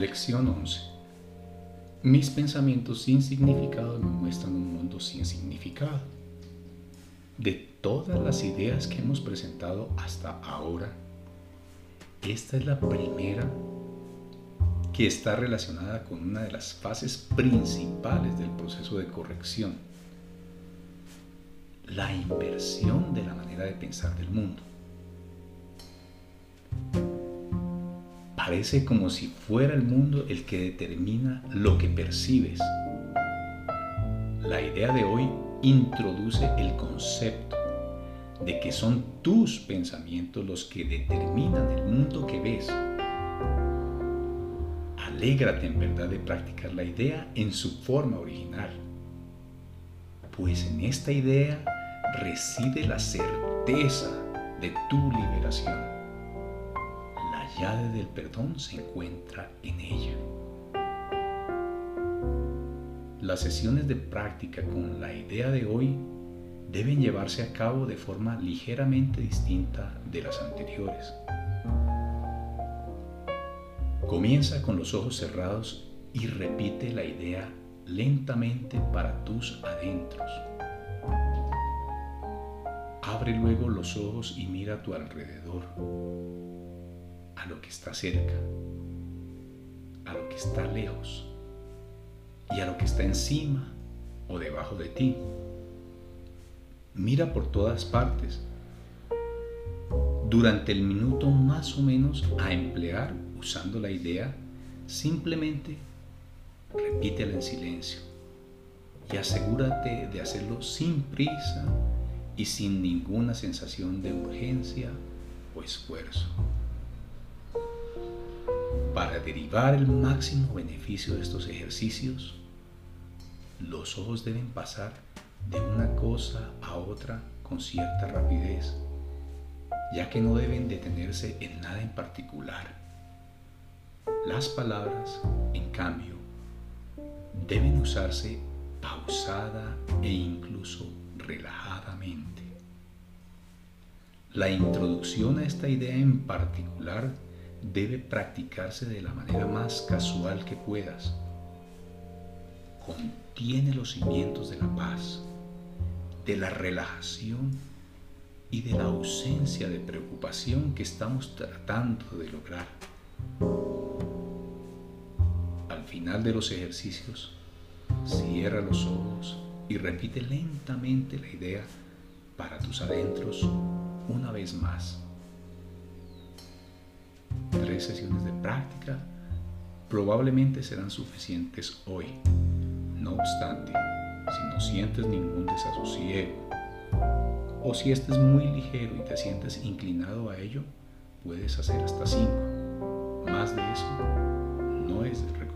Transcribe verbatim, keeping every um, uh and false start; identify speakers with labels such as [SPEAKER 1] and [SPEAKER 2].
[SPEAKER 1] Lección once. Mis pensamientos sin significado me muestran un mundo sin significado. De todas las ideas que hemos presentado hasta ahora, esta es la primera que está relacionada con una de las fases principales del proceso de corrección: la inversión de la manera de pensar del mundo. Parece como si fuera el mundo el que determina lo que percibes. La idea de hoy introduce el concepto de que son tus pensamientos los que determinan el mundo que ves. Alégrate en verdad de practicar la idea en su forma original, pues en esta idea reside la certeza de tu liberación. La llave del perdón se encuentra en ella. Las sesiones de práctica con la idea de hoy deben llevarse a cabo de forma ligeramente distinta de las anteriores. Comienza con los ojos cerrados y repite la idea lentamente para tus adentros. Abre luego los ojos y mira a tu alrededor, a lo que está cerca, a lo que está lejos y a lo que está encima o debajo de ti. Mira por todas partes durante el minuto más o menos a emplear usando la idea. Simplemente repítela en silencio y asegúrate de hacerlo sin prisa y sin ninguna sensación de urgencia o esfuerzo. Para derivar el máximo beneficio de estos ejercicios, los ojos deben pasar de una cosa a otra con cierta rapidez, ya que no deben detenerse en nada en particular. Las palabras, en cambio, deben usarse pausada e incluso relajadamente. La introducción a esta idea en particular debe practicarse de la manera más casual que puedas. Contiene los cimientos de la paz, de la relajación y de la ausencia de preocupación que estamos tratando de lograr. Al final de los ejercicios, cierra los ojos y repite lentamente la idea para tus adentros una vez más. Tres sesiones de práctica probablemente serán suficientes hoy. No obstante, si no sientes ningún desasosiego o si este es muy ligero y te sientes inclinado a ello, puedes hacer hasta cinco. Más de eso no es recomendable.